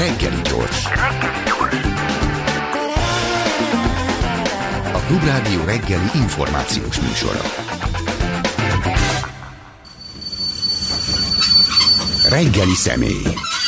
Reggeli gyors. A Klubrádió reggeli információs műsora. Reggeli személy.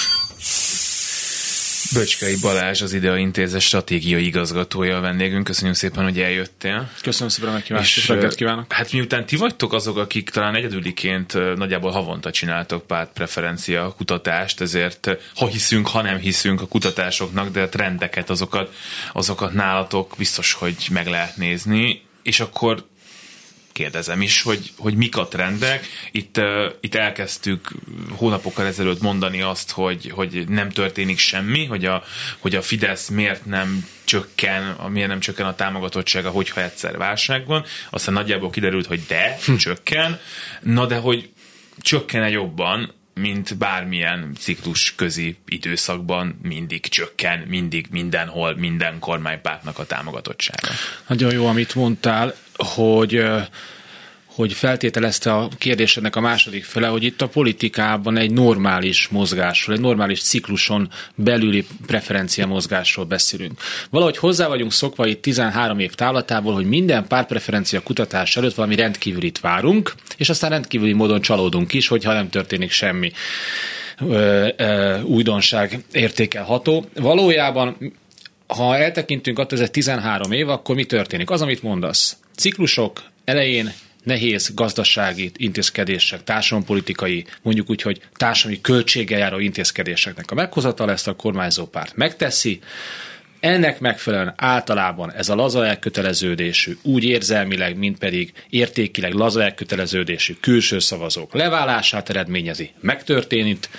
Böcskei Balázs, az IDEA Intézet stratégiai igazgatója a vendégünk. Köszönjük szépen, hogy eljöttél. Köszönöm szépen a megkívást, és reggelt kívánok. Hát miután ti vagytok azok, akik talán egyedüliként nagyjából havonta csináltok pártpreferencia kutatást, ezért ha hiszünk, ha nem hiszünk a kutatásoknak, de a trendeket, azokat nálatok biztos, hogy meg lehet nézni, és akkor kérdezem is, hogy mik a trendek. Itt elkezdtük hónapokkal ezelőtt mondani azt, hogy nem történik semmi, hogy a Fidesz miért nem csökken a támogatottsága, hogyha egyszer válság van. Aztán nagyjából kiderült, hogy csökken. Na de hogy csökken-e jobban, mint bármilyen ciklus közi időszakban mindig csökken, mindig, mindenhol, minden kormánypártnak a támogatottsága. Nagyon jó, amit mondtál, hogy feltételezte a kérdésednek a második fele, hogy itt a politikában egy normális mozgásról, egy normális cikluson belüli preferencia mozgásról beszélünk. Valahogy hozzá vagyunk szokva itt 13 év távlatából, hogy minden pártpreferencia kutatás előtt valami rendkívülit várunk, és aztán rendkívüli módon csalódunk is, hogyha nem történik semmi újdonság értékelható. Valójában, ha eltekintünk attól, ez 13 év, akkor mi történik? Az, amit mondasz. Ciklusok elején nehéz gazdasági intézkedések, társadalompolitikai, mondjuk úgy, hogy társadalmi költséggel járó intézkedéseknek a meghozatal, ezt a kormányzó párt megteszi. Ennek megfelelően általában ez a laza elköteleződésű, úgy érzelmileg, mint pedig értékileg laza elköteleződésű külső szavazók leválását eredményezi, megtörténik,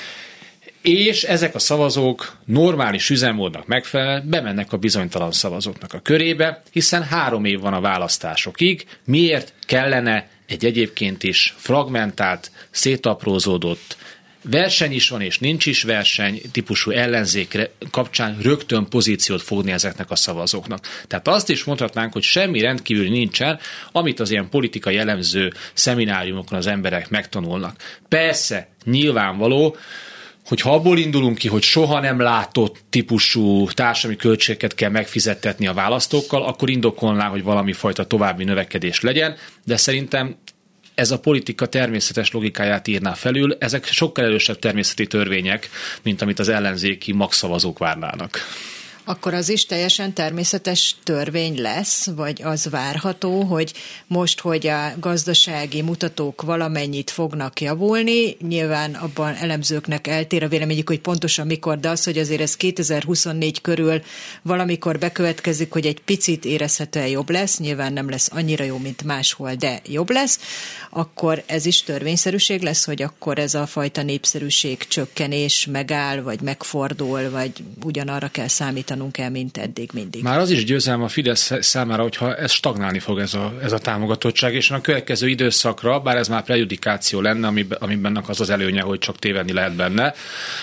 és ezek a szavazók normális üzemmódnak megfelelően bemennek a bizonytalan szavazóknak a körébe, hiszen 3 év van a választásokig. Miért kellene egy egyébként is fragmentált, szétaprózódott, verseny is van és nincs is verseny típusú ellenzék kapcsán rögtön pozíciót fogni ezeknek a szavazóknak. Tehát azt is mondhatnánk, hogy semmi rendkívül nincsen, amit az ilyen politikai elemző szemináriumokon az emberek megtanulnak. Persze, nyilvánvaló, hogy ha abból indulunk ki, hogy soha nem látott típusú társadalmi költségeket kell megfizettetni a választókkal, akkor indokolná, hogy valami fajta további növekedés legyen, de szerintem ez a politika természetes logikáját írná felül, ezek sokkal erősebb természeti törvények, mint amit az ellenzéki magszavazók várnának. Akkor az is teljesen természetes törvény lesz, vagy az várható, hogy most, hogy a gazdasági mutatók valamennyit fognak javulni, nyilván abban elemzőknek eltér a véleményük, hogy pontosan mikor, de az, hogy azért ez 2024 körül valamikor bekövetkezik, hogy egy picit érezhetően jobb lesz, nyilván nem lesz annyira jó, mint máshol, de jobb lesz, akkor ez is törvényszerűség lesz, hogy akkor ez a fajta népszerűség csökkenés megáll, vagy megfordul, vagy ugyanarra kell számítani el, mint eddig mindig. Már az is győzelem a Fidesz számára, hogyha ez stagnálni fog ez a támogatottság, és a következő időszakra, bár ez már prejudikáció lenne, amiben az az előnye, hogy csak tévedni lehet benne,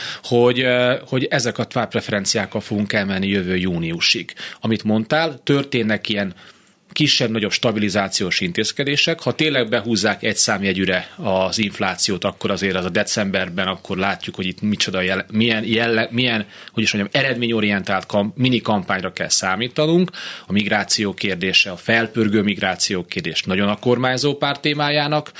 hogy ezek a pártpreferenciákkal fogunk elmenni jövő júniusig. Amit mondtál, történnek ilyen kisebb-nagyobb stabilizációs intézkedések. Ha tényleg behúzzák egy számjegyűre az inflációt, akkor azért az a decemberben, akkor látjuk, hogy itt milyen eredményorientált mini kampányra kell számítanunk. A migráció kérdése, a felpörgő migráció kérdés nagyon a kormányzó párt témájának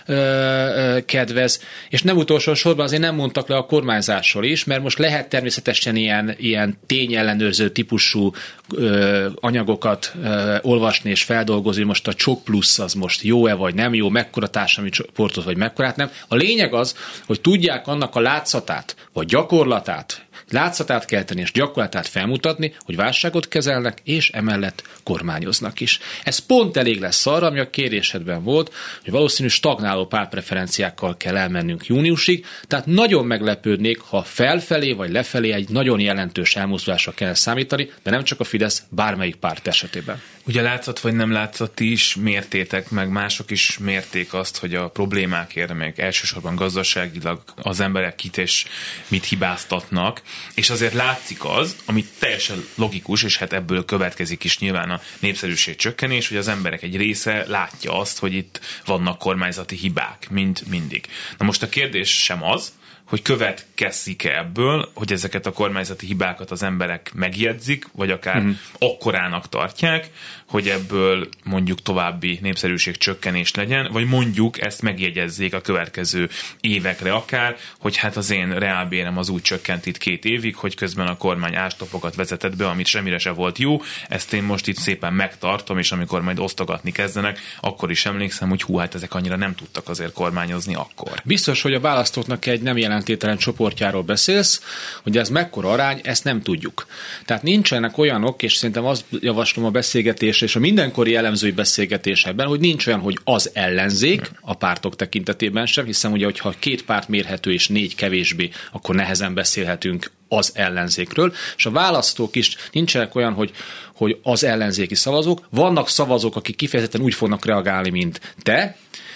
kedvez. És nem utolsó sorban azért nem mondtak le a kormányzásról is, mert most lehet természetesen ilyen tényellenőrző típusú anyagokat olvasni és feldolgozni, most a csok plusz az most jó-e vagy nem jó, mekkora társadalmi csoportot vagy mekkorát nem. A lényeg az, hogy tudják annak a látszatát, vagy gyakorlatát, látszatát kelteni és gyakorlatát felmutatni, hogy válságot kezelnek, és emellett kormányoznak is. Ez pont elég lesz arra, ami a kérdésedben volt, hogy valószínű stagnáló pártpreferenciákkal kell elmennünk júniusig, tehát nagyon meglepődnék, ha felfelé vagy lefelé egy nagyon jelentős elmozdulásra kell számítani, de nem csak a Fidesz, bármelyik párt esetében. Ugye látszat vagy nem látszat, ti is mértétek, meg mások is mérték azt, hogy a problémákért, amelyek elsősorban gazdaságilag az emberek kit és mit hibáztatnak, és azért látszik az, ami teljesen logikus, és hát ebből következik is nyilván a népszerűség csökkenés, hogy az emberek egy része látja azt, hogy itt vannak kormányzati hibák, mint mindig. Na most a kérdés sem az, hogy következik-e ebből, hogy ezeket a kormányzati hibákat az emberek megjegyzik, vagy akár akkorának tartják, hogy ebből mondjuk további népszerűségcsökkenés legyen, vagy mondjuk ezt megjegyezzék a következő évekre akár, hogy hát az én reálbérem az úgy csökkent itt 2 évig, hogy közben a kormány ástopokat vezetett be, amit semmire se volt jó, ezt én most itt szépen megtartom, és amikor majd osztogatni kezdenek, akkor is emlékszem, hogy hát ezek annyira nem tudtak azért kormányozni akkor. Biztos, hogy a választóknak egy nem jelentéktelen csoportjáról beszélsz, hogy ez mekkora arány, ezt nem tudjuk. Tehát nincsenek olyanok, és szerintem azt javaslom a beszélgetésre, és a mindenkori elemzői beszélgetésben, hogy nincs olyan, hogy az ellenzék a pártok tekintetében sem, hiszen ugye, hogyha 2 párt mérhető és 4 kevésbé, akkor nehezen beszélhetünk az ellenzékről, és a választók is nincsenek olyan, hogy az ellenzéki szavazók, vannak szavazók, akik kifejezetten úgy fognak reagálni, mint te,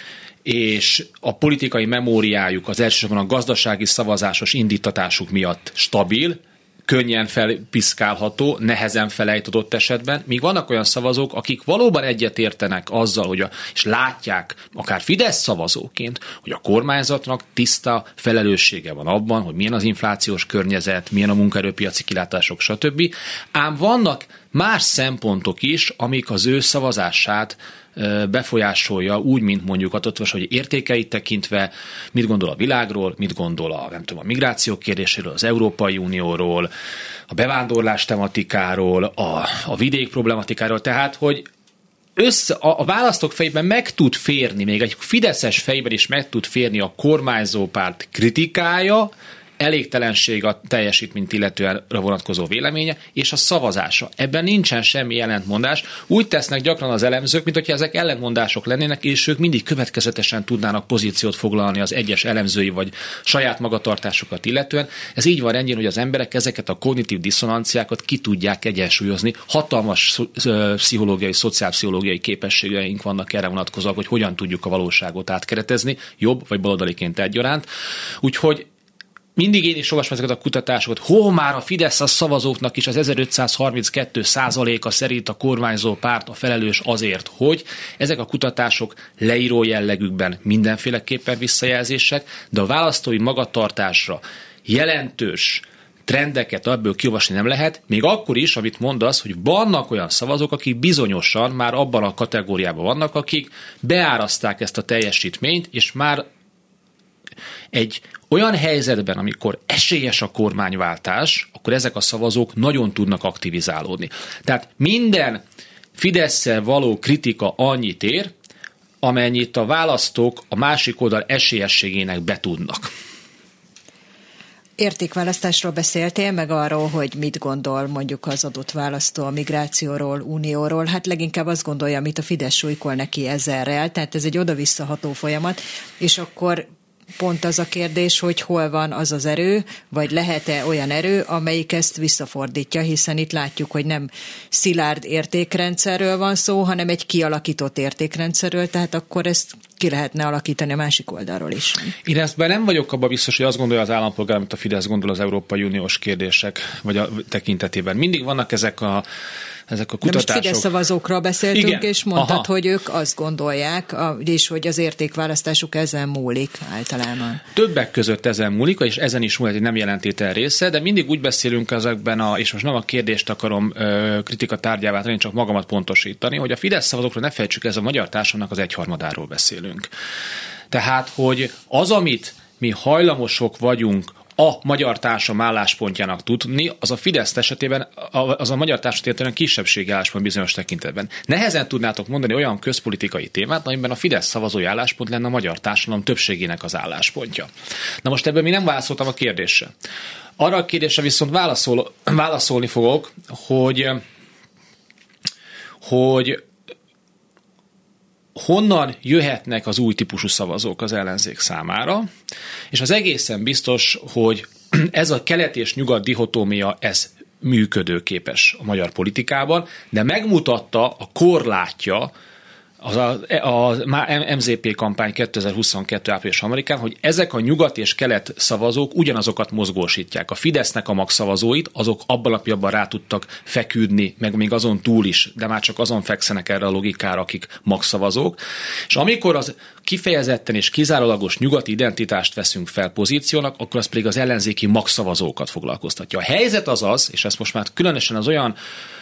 és a politikai memóriájuk az elsősorban a gazdasági szavazásos indítatásuk miatt stabil, könnyen felpiszkálható, nehezen felejtett esetben, míg vannak olyan szavazók, akik valóban egyetértenek azzal, és látják, akár Fidesz szavazóként, hogy a kormányzatnak tiszta felelőssége van abban, hogy milyen az inflációs környezet, milyen a munkaerőpiaci kilátások, stb. Ám vannak más szempontok is, amik az ő szavazását befolyásolja, úgy, mint mondjuk a hogy értékeit tekintve, mit gondol a világról, mit gondol a migráció kérdéséről, az Európai Unióról, a bevándorlás tematikáról, a vidék problematikáról, tehát, hogy a választók fejében meg tud férni, még egy fideszes fejben is meg tud férni a kormányzópárt kritikája, elégtelenség a teljesítményt illetően vonatkozó véleménye, és a szavazása. Ebben nincsen semmi ellentmondás. Úgy tesznek gyakran az elemzők, mint hogyha ezek ellentmondások lennének, és ők mindig következetesen tudnának pozíciót foglalni az egyes elemzői vagy saját magatartásokat illetően. Ez így van rendjén, hogy az emberek ezeket a kognitív diszonanciákat ki tudják egyensúlyozni. Hatalmas pszichológiai, szociálpszichológiai képességeink vannak erre vonatkozóak, hogy hogyan tudjuk a valóságot átkeretezni, jobb vagy baloldaliként egyaránt. Úgyhogy mindig én is olvasom ezeket a kutatásokat, már a Fidesz a szavazóknak is az 1532%-a szerint a kormányzó párt a felelős azért, hogy ezek a kutatások leíró jellegükben mindenféleképpen visszajelzések, de a választói magatartásra jelentős trendeket ebből kiolvasni nem lehet, még akkor is, amit mondasz, hogy vannak olyan szavazók, akik bizonyosan már abban a kategóriában vannak, akik beáraszták ezt a teljesítményt, és már egy olyan helyzetben, amikor esélyes a kormánywáltás, akkor ezek a szavazók nagyon tudnak aktivizálódni. Tehát minden Fidesszel való kritika annyit ér, amennyit a választók a másik oldal esélyességének betudnak. Értékválasztásról beszéltél, meg arról, hogy mit gondol mondjuk az adott választó a migrációról, unióról. Hát leginkább azt gondolja, amit a Fidesz súlykol neki ezerrel, tehát ez egy oda-visszaható folyamat, és akkor pont az a kérdés, hogy hol van az az erő, vagy lehet-e olyan erő, amelyik ezt visszafordítja, hiszen itt látjuk, hogy nem szilárd értékrendszerről van szó, hanem egy kialakított értékrendszerről, tehát akkor ezt ki lehetne alakítani a másik oldalról is. Én ebben nem vagyok abban biztos, hogy azt gondolja az állampolgár, amit a Fidesz gondol az Európai Uniós kérdések vagy a tekintetében. Mindig vannak ezek a kutatások. De most Fidesz szavazókról beszéltünk, igen. És mondtad, hogy ők azt gondolják, és hogy az értékválasztásuk ezen múlik általában. Többek között ezen múlik, és ezen is múlik egy nem jelentétel része, de mindig úgy beszélünk ezekben, és most nem a kérdést akarom kritika tárgyává tenni, csak magamat pontosítani, hogy a Fidesz szavazókról ne felejtsük, ez a magyar társadalomnak az egyharmadáról beszélünk. Tehát, hogy az, amit mi hajlamosok vagyunk a magyar társadalom álláspontjának tudni, az a Fidesz esetében, az a magyar társadalom kisebbségi álláspont bizonyos tekintetben. Nehezen tudnátok mondani olyan közpolitikai témát, amiben a Fidesz szavazói álláspont lenne a magyar társadalom többségének az álláspontja. Na most ebből mi nem válaszoltam a kérdésre. Arra a kérdésre viszont válaszolni fogok, hogy honnan jöhetnek az új típusú szavazók az ellenzék számára, és az egészen biztos, hogy ez a kelet és nyugat dihotómia, ez működőképes a magyar politikában, de megmutatta a korlátja a MZP kampány 2022. április 3-án, hogy ezek a nyugat és kelet szavazók ugyanazokat mozgósítják. A Fidesznek a magszavazóit, azok abban a pillanatban rá tudtak feküdni, meg még azon túl is, de már csak azon fekszenek erre a logikára, akik magszavazók. És amikor az kifejezetten és kizárólagos nyugati identitást veszünk fel pozíciónak, akkor az pedig az ellenzéki magszavazókat foglalkoztatja. A helyzet az, és ezt most már különösen az olyan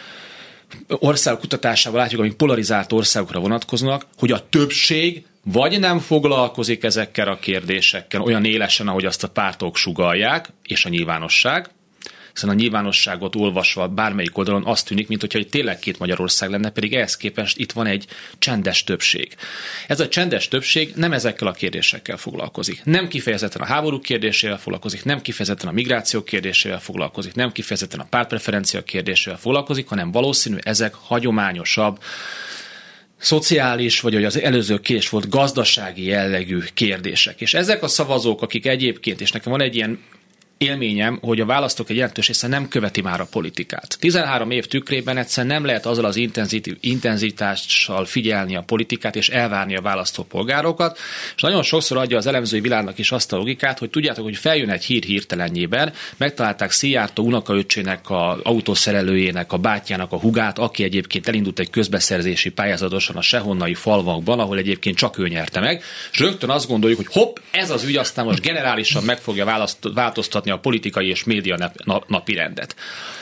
országok kutatásával látjuk, amik polarizált országokra vonatkoznak, hogy a többség vagy nem foglalkozik ezekkel a kérdésekkel olyan élesen, ahogy azt a pártok sugallják, és a nyilvánosság, hiszen a nyilvánosságot olvasva bármelyik oldalon azt tűnik, mintha itt tényleg két Magyarország lenne, pedig ehhez képest itt van egy csendes többség. Ez a csendes többség nem ezekkel a kérdésekkel foglalkozik. Nem kifejezetten a háború kérdésével foglalkozik, nem kifejezetten a migráció kérdésével foglalkozik, nem kifejezetten a pártpreferencia kérdésével foglalkozik, hanem valószínű ezek hagyományosabb, szociális, vagy hogy az előző kérdés volt gazdasági jellegű kérdések. És ezek a szavazók, akik egyébként, és nekem van egy ilyen élményem, hogy a választók egy jelentős része nem követi már a politikát. 13 év tükrében egyszerűen nem lehet azzal az intenzitással figyelni a politikát és elvárni a választópolgárokat, és nagyon sokszor adja az elemzői világnak is azt a logikát, hogy tudjátok, hogy feljön egy hír hirtelenjében, megtalálták Szijjártó unokaöccsének, a autószerelőjének, a bátyjának a hugát, aki egyébként elindult egy közbeszerzési pályázatosan a sehonnai falvakban, ahol egyébként csak ő nyerte meg, és rögtön azt gondoljuk, hogy hopp, ez az ügy aztán most generálisan meg fogja változtatni a politikai és média napirendet.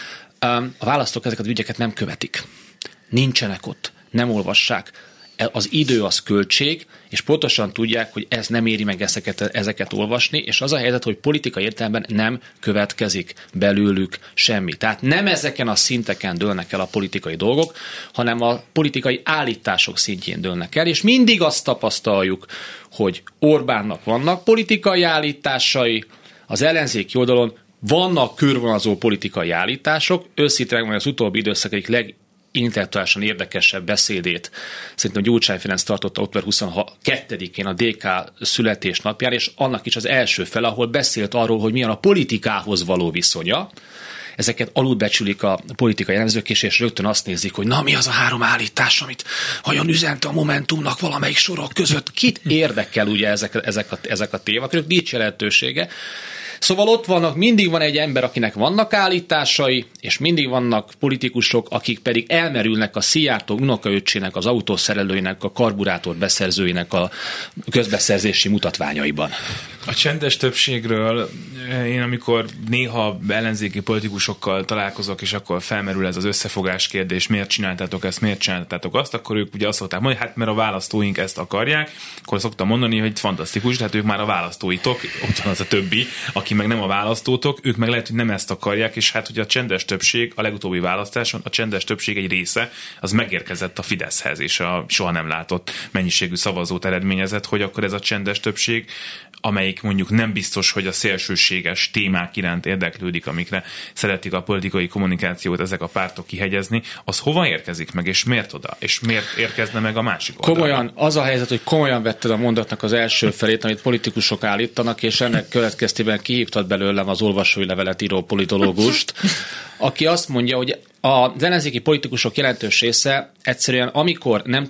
A választók ezeket az ügyeket nem követik. Nincsenek ott, nem olvassák. Az idő az költség, és pontosan tudják, hogy ez nem éri meg ezeket olvasni, és az a helyzet, hogy politikai értelemben nem következik belőlük semmi. Tehát nem ezeken a szinteken dőlnek el a politikai dolgok, hanem a politikai állítások szintjén dőlnek el, és mindig azt tapasztaljuk, hogy Orbánnak vannak politikai állításai, az ellenzéki oldalon vannak körvonalazó politikai állítások, őszintén az utóbbi időszak egyik legintellektuálisan érdekesebb beszédét szerintem Gyurcsány Ferenc tartotta október 22-én a DK születésnapján, és annak is az első fele, ahol beszélt arról, hogy milyen a politikához való viszonya. Ezeket alulbecsülik a politikai elemzők, és rögtön azt nézik, hogy na mi az a 3 állítás, amit vajon üzente a Momentumnak valamelyik sorok között. Kit érdekel ugye ezek a témakörök, nincs jelentősége. Szóval ott vannak, mindig van egy ember, akinek vannak állításai, és mindig vannak politikusok, akik pedig elmerülnek a Szijjártó unokaöccsének, az autószerelőinek, a karburátor beszerzőinek a közbeszerzési mutatványaiban. A csendes többségről én amikor néha ellenzéki politikusokkal találkozok, és akkor felmerül ez az összefogás kérdés, miért csináltátok ezt, miért csináltátok azt, akkor ők ugye azt szokták mondani, hát mert a választóink ezt akarják, akkor szoktam mondani, hogy fantasztikus, tehát ők már a választóitok, ott van az a többi, aki meg nem a választótok, ők meg lehet, hogy nem ezt akarják, és hát, hogy a csendes többség a legutóbbi választáson, a csendes többség egy része, az megérkezett a Fideszhez, és a soha nem látott mennyiségű szavazót eredményezett, hogy akkor ez a csendes többség, amelyik mondjuk nem biztos, hogy a szélsőséges témák iránt érdeklődik, amikre szeretik a politikai kommunikációt ezek a pártok kihegyezni, az hova érkezik meg, és miért oda? És miért érkezne meg a másik oldalra? Komolyan, az a helyzet, hogy komolyan vetted a mondatnak az első felét, amit politikusok állítanak, és ennek következtében kihívtad belőlem az olvasói levelet író politológust, aki azt mondja, hogy az ellenzéki politikusok jelentős része egyszerűen amikor nem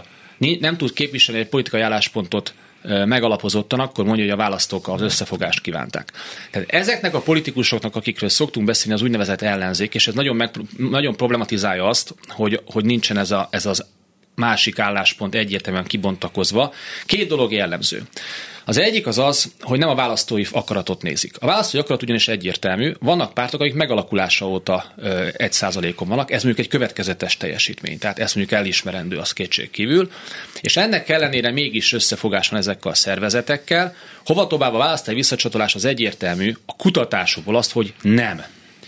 tud képviselni egy politikai álláspontot megalapozottan, akkor mondja, hogy a választók az összefogást kívánták. Tehát ezeknek a politikusoknak, akikről szoktunk beszélni, az úgynevezett ellenzék, és ez nagyon problematizálja azt, hogy nincsen ez az másik álláspont egyértelműen kibontakozva. 2 dolog jellemző. Az egyik az, hogy nem a választói akaratot nézik. A választói akarat ugyanis egyértelmű, vannak pártok, akik megalakulása óta 1%-on vannak, ez mondjuk egy következetes teljesítmény, tehát ezt mondjuk elismerendő az kétség kívül, és ennek ellenére mégis összefogás van ezekkel a szervezetekkel. Hova tovább a választási visszacsatolás az egyértelmű, a kutatásokból azt, hogy nem.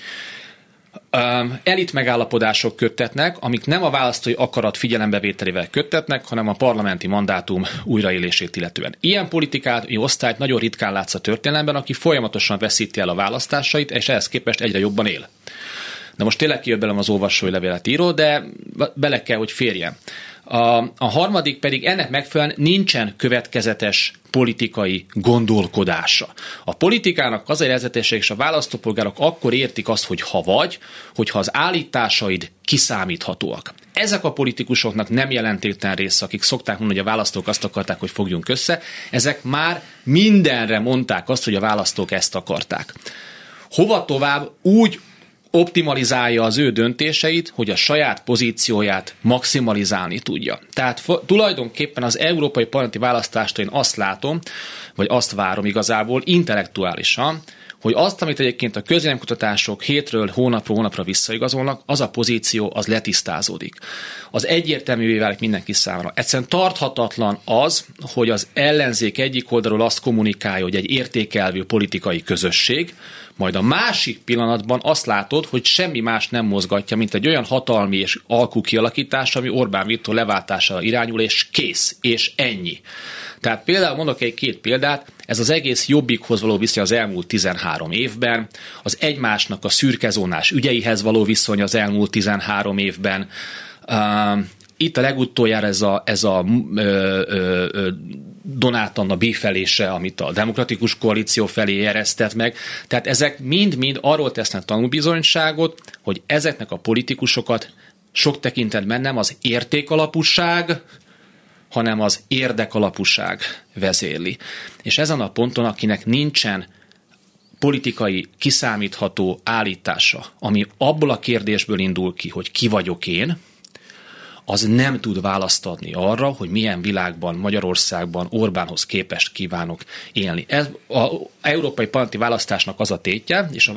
Elit megállapodások köttetnek, amik nem a választói akarat figyelembevételével köttetnek, hanem a parlamenti mandátum újraélését illetően. Ilyen politikai osztályt nagyon ritkán látsz a történelemben, aki folyamatosan veszíti el a választásait, és ehhez képest egyre jobban él. De most tényleg kijött belem az olvasói levelet író, de bele kell, hogy férjen. A harmadik pedig ennek megfelelően nincsen következetes politikai gondolkodása. A politikának az a jelzetesség, és a választópolgárok akkor értik azt, hogy hogyha az állításaid kiszámíthatóak. Ezek a politikusoknak nem jelentéktelen része, akik szokták mondani, hogy a választók azt akarták, hogy fogjunk össze, ezek már mindenre mondták azt, hogy a választók ezt akarták. Hova tovább úgy optimalizálja az ő döntéseit, hogy a saját pozícióját maximalizálni tudja. Tehát tulajdonképpen az európai parlamenti választást én azt látom, vagy azt várom igazából intellektuálisan, hogy azt, amit egyébként a közvéleménykutatások hétről hónapra visszaigazolnak, az a pozíció, az letisztázódik. Az egyértelművé válik mindenki számára. Egyszerűen tarthatatlan az, hogy az ellenzék egyik oldalról azt kommunikálja, hogy egy értékelvű politikai közösség, majd a másik pillanatban azt látod, hogy semmi más nem mozgatja, mint egy olyan hatalmi és alkú kialakítás, ami Orbán Viktor leváltására irányul, és kész, és ennyi. Tehát például mondok két példát, ez az egész Jobbikhoz való viszony az elmúlt 13 évben, az egymásnak a szürkezónás ügyeihez való viszony az elmúlt 13 évben. Itt a legutoljára ez a Donát Anna bífelése, amit a Demokratikus Koalíció felé eresztett meg. Tehát ezek mind-mind arról tesznek tanúbizonyságot, hogy ezeknek a politikusokat sok tekintetben nem az értékalapúság, hanem az érdekalapúság vezérli. És ezen a ponton, akinek nincsen politikai kiszámítható állítása, ami abból a kérdésből indul ki, hogy ki vagyok én, az nem tud választ adni arra, hogy milyen világban, Magyarországban Orbánhoz képest kívánok élni. Ez az európai parlamenti választásnak az a tétje, és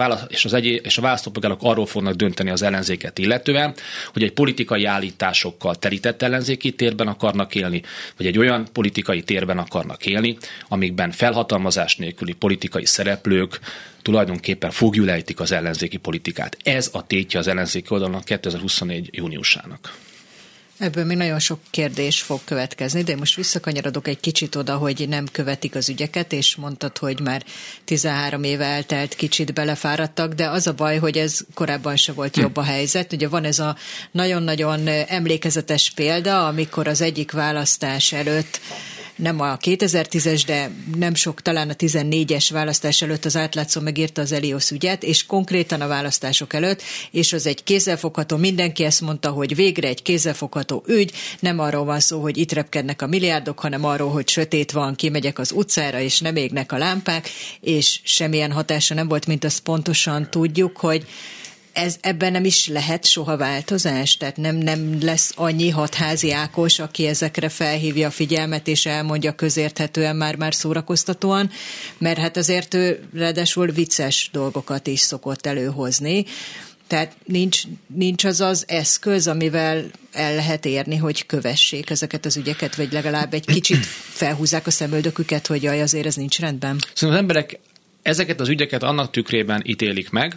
a választópolgárok arról fognak dönteni az ellenzéket illetően, hogy egy politikai állításokkal terített ellenzéki térben akarnak élni, vagy egy olyan politikai térben akarnak élni, amikben felhatalmazás nélküli politikai szereplők tulajdonképpen foglyulejtik az ellenzéki politikát. Ez a tétje az ellenzéki oldalnak 2024. júniusának. Ebből még nagyon sok kérdés fog következni, de most visszakanyarodok egy kicsit oda, hogy nem követik az ügyeket, és mondtad, hogy már 13 éve eltelt, kicsit belefáradtak, de az a baj, hogy ez korábban se volt jobb a helyzet. Ugye van ez a nagyon-nagyon emlékezetes példa, amikor az egyik választás előtt, nem a 2010-es, de nem sok, talán a 14-es választás előtt az átlátszó megírta az Elios ügyet, és konkrétan a választások előtt, és az egy kézzelfogható, mindenki ezt mondta, hogy végre egy kézzelfogható ügy, nem arról van szó, hogy itt repkednek a milliárdok, hanem arról, hogy sötét van, kimegyek az utcára, és nem égnek a lámpák, és semmilyen hatása nem volt, mint azt pontosan tudjuk, hogy ebben nem is lehet soha változás, tehát nem lesz annyi Hatházi Ákos, aki ezekre felhívja a figyelmet, és elmondja közérthetően már szórakoztatóan, mert hát azért ő ráadásul vicces dolgokat is szokott előhozni. Tehát nincs az eszköz, amivel el lehet érni, hogy kövessék ezeket az ügyeket, vagy legalább egy kicsit felhúzzák a szemöldöküket, hogy jaj, azért ez nincs rendben. Szóval az emberek ezeket az ügyeket annak tükrében ítélik meg,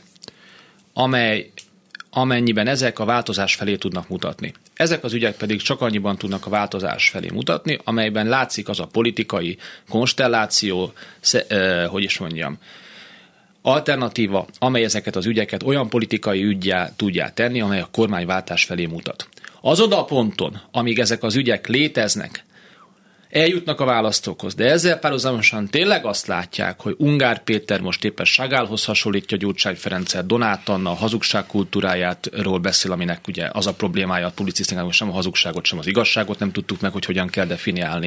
amennyiben ezek a változás felé tudnak mutatni. Ezek az ügyek pedig csak annyiban tudnak a változás felé mutatni, amelyben látszik az a politikai konstelláció, alternatíva, amely ezeket az ügyeket olyan politikai üggyá tudja tenni, amely a kormányváltás felé mutat. Azon a ponton, amíg ezek az ügyek léteznek, eljutnak a választókhoz, de ezzel párhuzamosan tényleg azt látják, hogy Ungár Péter most éppen Chagallhoz hasonlítja Gyurcsány Ferencet, Donát Anna a hazugság kultúrájáról beszél, aminek ugye az a problémája a publicisztikának, sem a hazugságot, sem az igazságot nem tudtuk meg, hogy hogyan kell definiálni.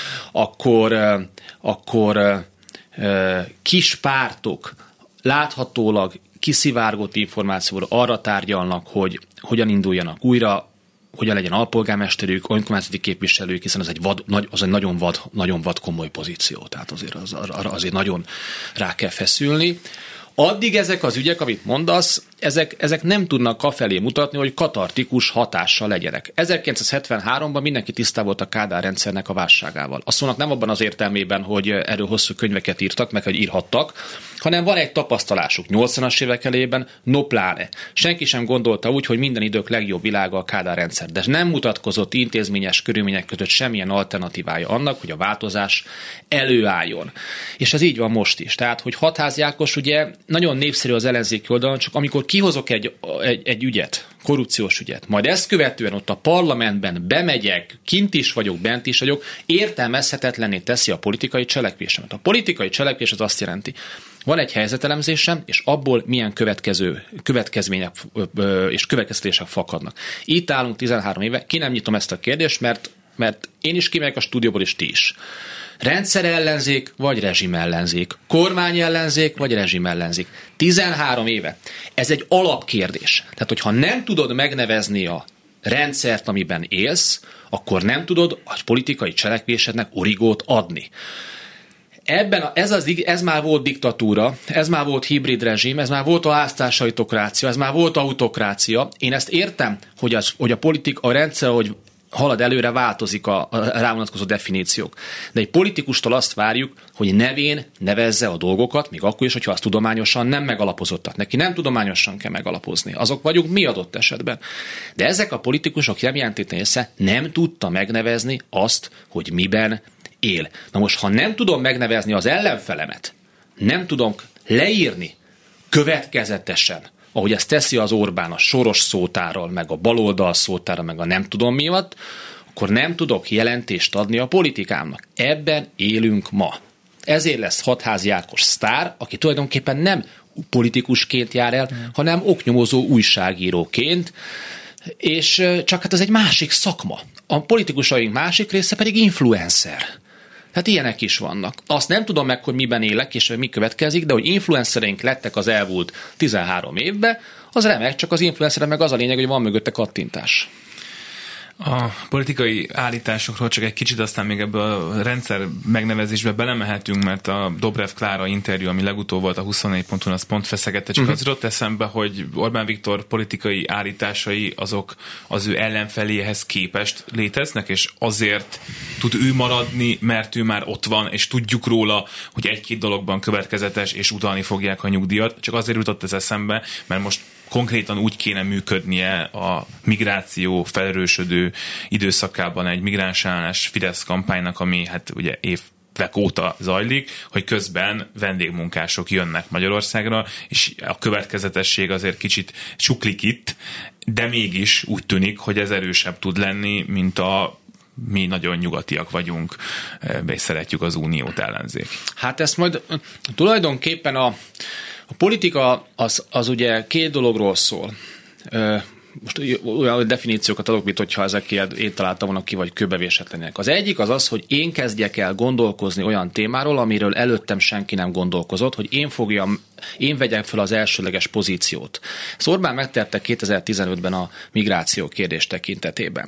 Akkor kis pártok láthatólag kiszivárgott információra arra tárgyalnak, hogy hogyan induljanak újra, hogyan legyen alpolgármesterük, önkormányzati képviselők, hiszen az egy nagyon vad komoly pozíció, tehát azért nagyon rá kell feszülni. Addig ezek az ügyek, amit mondasz, ezek nem tudnak afelé mutatni, hogy katartikus hatással legyenek. 1973-ban mindenki tisztában volt a Kádár rendszernek a válságával. A szónak nem abban az értelmében, hogy erről hosszú könyveket írtak, meg hogy írhattak, hanem van egy tapasztalásuk 80-as évek elében, no pláne. Senki sem gondolta úgy, hogy minden idők legjobb világa a Kádár rendszer, de nem mutatkozott intézményes körülmények között semmilyen alternatívája annak, hogy a változás előálljon. És ez így van most is. Tehát, hogy Hatházi Ákos ugye nagyon népszerű az ellenzéki oldalon, csak amikor kihozok egy ügyet, korrupciós ügyet, majd ezt követően ott a parlamentben bemegyek, kint is vagyok, bent is vagyok, értelmezhetetlenné teszi a politikai cselekvésemet. A politikai cselekvés az azt jelenti, van egy helyzetelemzésem, és abból milyen következmények és következtetések fakadnak. Itt állunk 13 éve, ki nem nyitom ezt a kérdést, mert én is kimegyek a stúdióból, és ti is. Rendszer ellenzék, vagy rezsim ellenzék. Kormány ellenzék, vagy rezsim ellenzék. 13 éve. Ez egy alapkérdés. Tehát, hogyha nem tudod megnevezni a rendszert, amiben élsz, akkor nem tudod a politikai cselekvésednek origót adni. Ez már volt diktatúra, ez már volt hibrid rezsim, ez már volt a háztársaitokrácia, ez már volt autokrácia. Én ezt értem, hogy a rendszer, hogy halad előre, változik a rávonatkozó definíciók. De egy politikustól azt várjuk, hogy nevén nevezze a dolgokat, még akkor is, hogyha azt tudományosan nem megalapozottak. Neki nem tudományosan kell megalapozni. Azok vagyunk mi adott esetben. De ezek a politikusok jelentésén észre nem tudta megnevezni azt, hogy miben él. Na most, ha nem tudom megnevezni az ellenfelemet, nem tudom leírni következetesen, ahogy ezt teszi az Orbán a Soros szótárral, meg a baloldal szótárral, meg a nem tudom miatt, akkor nem tudok jelentést adni a politikámnak. Ebben élünk ma. Ezért lesz Hatházi Ákos sztár, aki tulajdonképpen nem politikusként jár el, hanem oknyomozó újságíróként, és csak hát ez egy másik szakma. A politikusaink másik része pedig influencer. Hát ilyenek is vannak. Azt nem tudom meg, hogy miben élek, és mi következik, de hogy influencereink lettek az elmúlt 13 évben, az remek, csak az influencerek meg az a lényeg, hogy van mögötte kattintás. A politikai állításokról csak egy kicsit, aztán még ebből a rendszer megnevezésbe belemehetünk, mert a Dobrev Klára interjú, ami legutóbb volt a 24.hu-n, az pont feszegette, csak az jutott eszembe, hogy Orbán Viktor politikai állításai azok az ő ellenfeléhez képest léteznek, és azért tud ő maradni, mert ő már ott van, és tudjuk róla, hogy egy-két dologban következetes, és utalni fogják a nyugdíjat. Csak azért jutott ez eszembe, mert most konkrétan úgy kéne működnie a migráció felerősödő időszakában egy migránsellenes Fidesz kampánynak, ami hát ugye évek óta zajlik, hogy közben vendégmunkások jönnek Magyarországra, és a következetesség azért kicsit csuklik itt, de mégis úgy tűnik, hogy ez erősebb tud lenni, mint mi nagyon nyugatiak vagyunk, és szeretjük az uniót ellenzék. Hát ezt majd tulajdonképpen a politika az ugye két dologról szól. Most olyan definíciókat adok, mint hogyha ezekért én találtam volna ki, vagy kőbevésetlenek. Az egyik az, hogy én kezdjek el gondolkozni olyan témáról, amiről előttem senki nem gondolkozott, hogy én vegyek fel az elsőleges pozíciót. Ezt Orbán megtette 2015-ben a migráció kérdés tekintetében.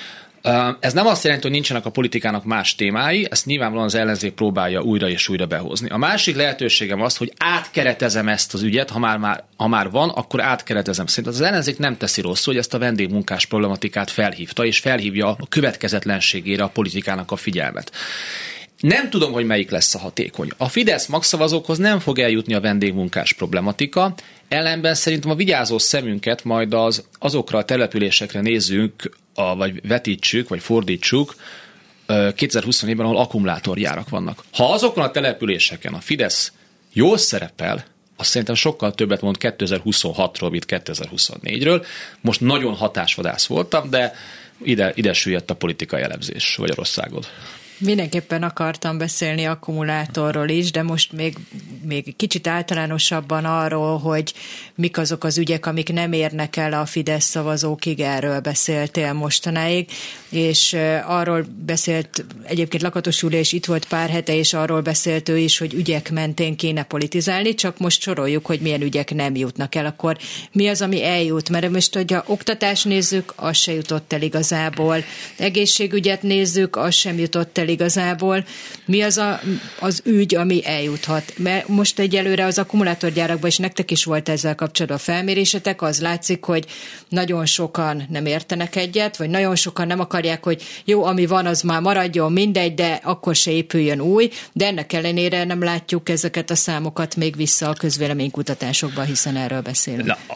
Ez nem azt jelenti, hogy nincsenek a politikának más témái, ezt nyilvánvalóan az ellenzék próbálja újra és újra behozni. A másik lehetőségem az, hogy átkeretezem ezt az ügyet, ha már van, akkor átkeretezem. Szerintem az ellenzék nem teszi rosszul, hogy ezt a vendégmunkás problematikát felhívta, és felhívja a következetlenségére a politikának a figyelmet. Nem tudom, hogy melyik lesz a hatékony. A Fidesz magszavazókhoz nem fog eljutni a vendégmunkás problematika, ellenben szerintem a vigyázó szemünket majd azokra a településekre nézzünk, vagy vetítsük, vagy fordítsuk 2024-ben, ahol akkumulátorgyárak vannak. Ha azokon a településeken a Fidesz jól szerepel, azt szerintem sokkal többet mond 2026-ról, mint 2024-ről. Most nagyon hatásvadász voltam, de ide süllyedt a politikai elemzés Magyarországon. Mindenképpen akartam beszélni akkumulátorról is, de most még kicsit általánosabban arról, hogy mik azok az ügyek, amik nem érnek el a Fidesz szavazókig, erről beszéltél mostanáig, és arról beszélt egyébként Lakatos Júlia, és itt volt pár hete, és arról beszélt ő is, hogy ügyek mentén kéne politizálni, csak most soroljuk, hogy milyen ügyek nem jutnak el. Akkor mi az, ami eljut? Mert most, hogy a oktatást nézzük, az se jutott el igazából. Egészségügyet nézzük, az sem jutott el igazából. Mi az ügy, ami eljuthat? Mert most egyelőre az akkumulátorgyárakban, és nektek is volt ezzel kapcsolatban felmérésetek, az látszik, hogy nagyon sokan nem értenek egyet, vagy nagyon sokan nem akarják, hogy jó, ami van, az már maradjon, mindegy, de akkor se épüljön új, de ennek ellenére nem látjuk ezeket a számokat még vissza a közvéleménykutatásokban, hiszen erről beszélünk.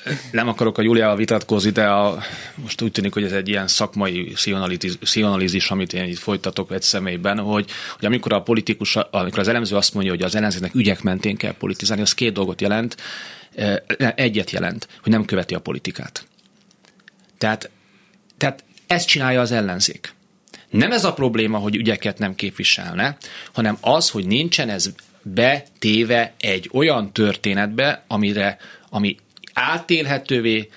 Nem akarok a Júliával vitatkozni, de most úgy tűnik, hogy ez egy ilyen szakmai szionalizis, amit én itt folytatok egy személyben, hogy amikor amikor az elemző azt mondja, hogy az ellenzéknek ügyek mentén kell politizálni, az két dolgot jelent. Egyet jelent, hogy nem követi a politikát. Tehát ezt csinálja az ellenzék. Nem ez a probléma, hogy ügyeket nem képviselne, hanem az, hogy nincsen ez betéve egy olyan történetbe, ami átélhetővé,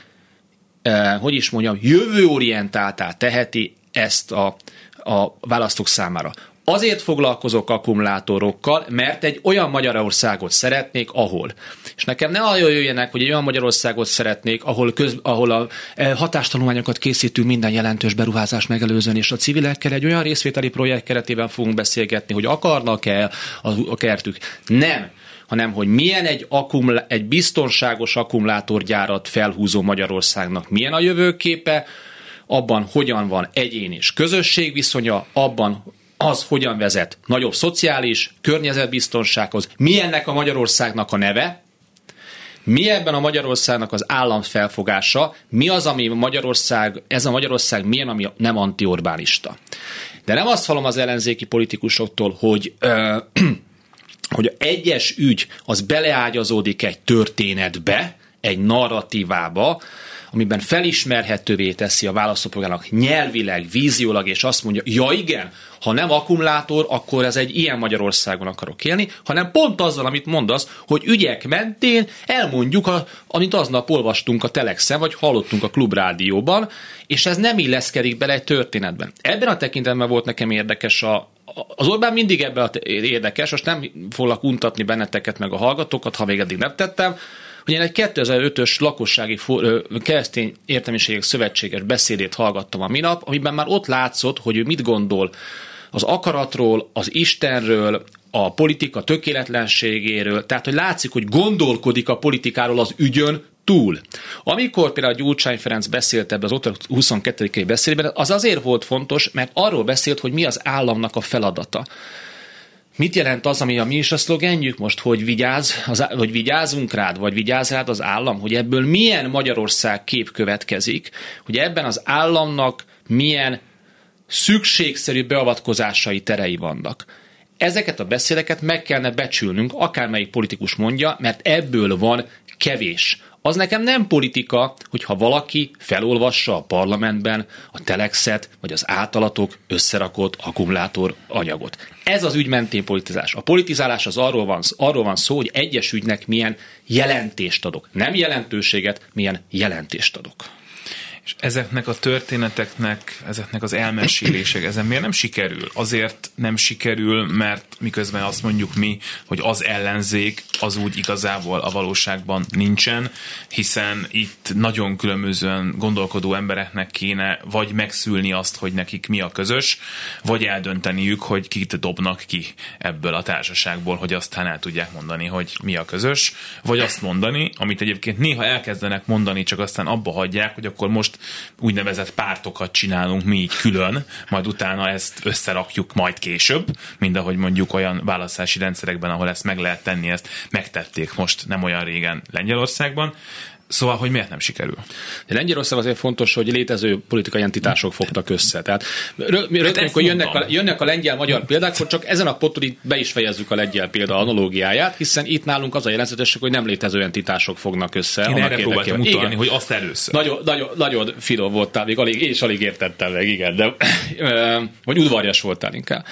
jövőorientáltá teheti ezt a választók számára. Azért foglalkozok akkumulátorokkal, mert egy olyan Magyarországot szeretnék, ahol. És nekem ne nagyon jöjjenek, hogy egy olyan Magyarországot szeretnék, ahol a hatástanulmányokat készítünk minden jelentős beruházás megelőzően, és a civilekkel egy olyan részvételi projekt keretében fogunk beszélgetni, hogy akarnak-e a kertük. Nem. Hanem hogy milyen egy biztonságos akkumulátorgyárat felhúzó Magyarországnak milyen a jövőképe, abban hogyan van egyén és közösség viszonya, abban az hogyan vezet nagyobb szociális, környezetbiztonsághoz, mi ennek a Magyarországnak a neve, mi ebben a Magyarországnak az állam felfogása, mi az, ami ez a Magyarország milyen, ami nem antiorbánista. De nem azt hallom az ellenzéki politikusoktól, hogy egyes ügy az beleágyazódik egy történetbe, egy narratívába, amiben felismerhetővé teszi a választópolgárnak nyelvileg, víziólag, és azt mondja, ja igen, ha nem akkumulátor, akkor ez egy ilyen Magyarországon akarok élni, hanem pont azzal, amit mondasz, hogy ügyek mentén elmondjuk, amit aznap olvastunk a Telexen, vagy hallottunk a Klubrádióban, és ez nem illeszkedik bele egy történetben. Ebben a tekintetben volt nekem érdekes az Orbán mindig ebben érdekes, most nem foglak untatni benneteket meg a hallgatókat, ha még eddig nem tettem, hogy én egy 2005-ös lakossági keresztény értelmiségek szövetséges beszédét hallgattam a minap, amiben már ott látszott, hogy ő mit gondol az akaratról, az Istenről, a politika tökéletlenségéről, tehát hogy látszik, hogy gondolkodik a politikáról az ügyön túl. Amikor például Gyurcsány Ferenc beszélt ebben az 22. beszédben, az azért volt fontos, mert arról beszélt, hogy mi az államnak a feladata. Mit jelent az, ami mi is a szlogenjük most, hogy vigyázzunk rád, vagy vigyázz rád az állam, hogy ebből milyen Magyarország kép következik, hogy ebben az államnak milyen szükségszerű beavatkozásai terei vannak. Ezeket a beszédeket meg kellene becsülnünk, akármelyik politikus mondja, mert ebből van kevés. Az nekem nem politika, hogyha valaki felolvassa a parlamentben a Telexet, vagy az általatok összerakott akkumulátor anyagot. Ez az ügy mentén politizálás. A politizálás az arról van szó, hogy egyes ügynek milyen jelentést adok. Nem jelentőséget, milyen jelentést adok. És ezeknek a történeteknek, ezeknek az elmesélések, ezen miért nem sikerül? Azért nem sikerül, mert miközben azt mondjuk mi, hogy az ellenzék az úgy igazából a valóságban nincsen, hiszen itt nagyon különbözően gondolkodó embereknek kéne vagy megszülni azt, hogy nekik mi a közös, vagy eldönteniük, hogy kit dobnak ki ebből a társaságból, hogy aztán el tudják mondani, hogy mi a közös, vagy azt mondani, amit egyébként néha elkezdenek mondani, csak aztán abba hagyják, hogy akkor most úgynevezett pártokat csinálunk mi így külön, majd utána ezt összerakjuk majd később, mind ahogy mondjuk olyan választási rendszerekben, ahol ezt meg lehet tenni, ezt megtették most nem olyan régen Lengyelországban. Szóval, hogy miért nem sikerül? De Lengyelország azért fontos, hogy létező politikai entitások fogtak össze. Tehát rögtön, amikor jönnek a lengyel-magyar példák, akkor csak ezen a ponton itt be is fejezzük a lengyel példa analógiáját, hiszen itt nálunk az a jelentőség, hogy nem létező entitások fognak össze. Én erre próbáltam mutatni, hogy azt először. Nagyon finom voltál, még alig értettem meg, igen, de vagy udvarjas voltál inkább.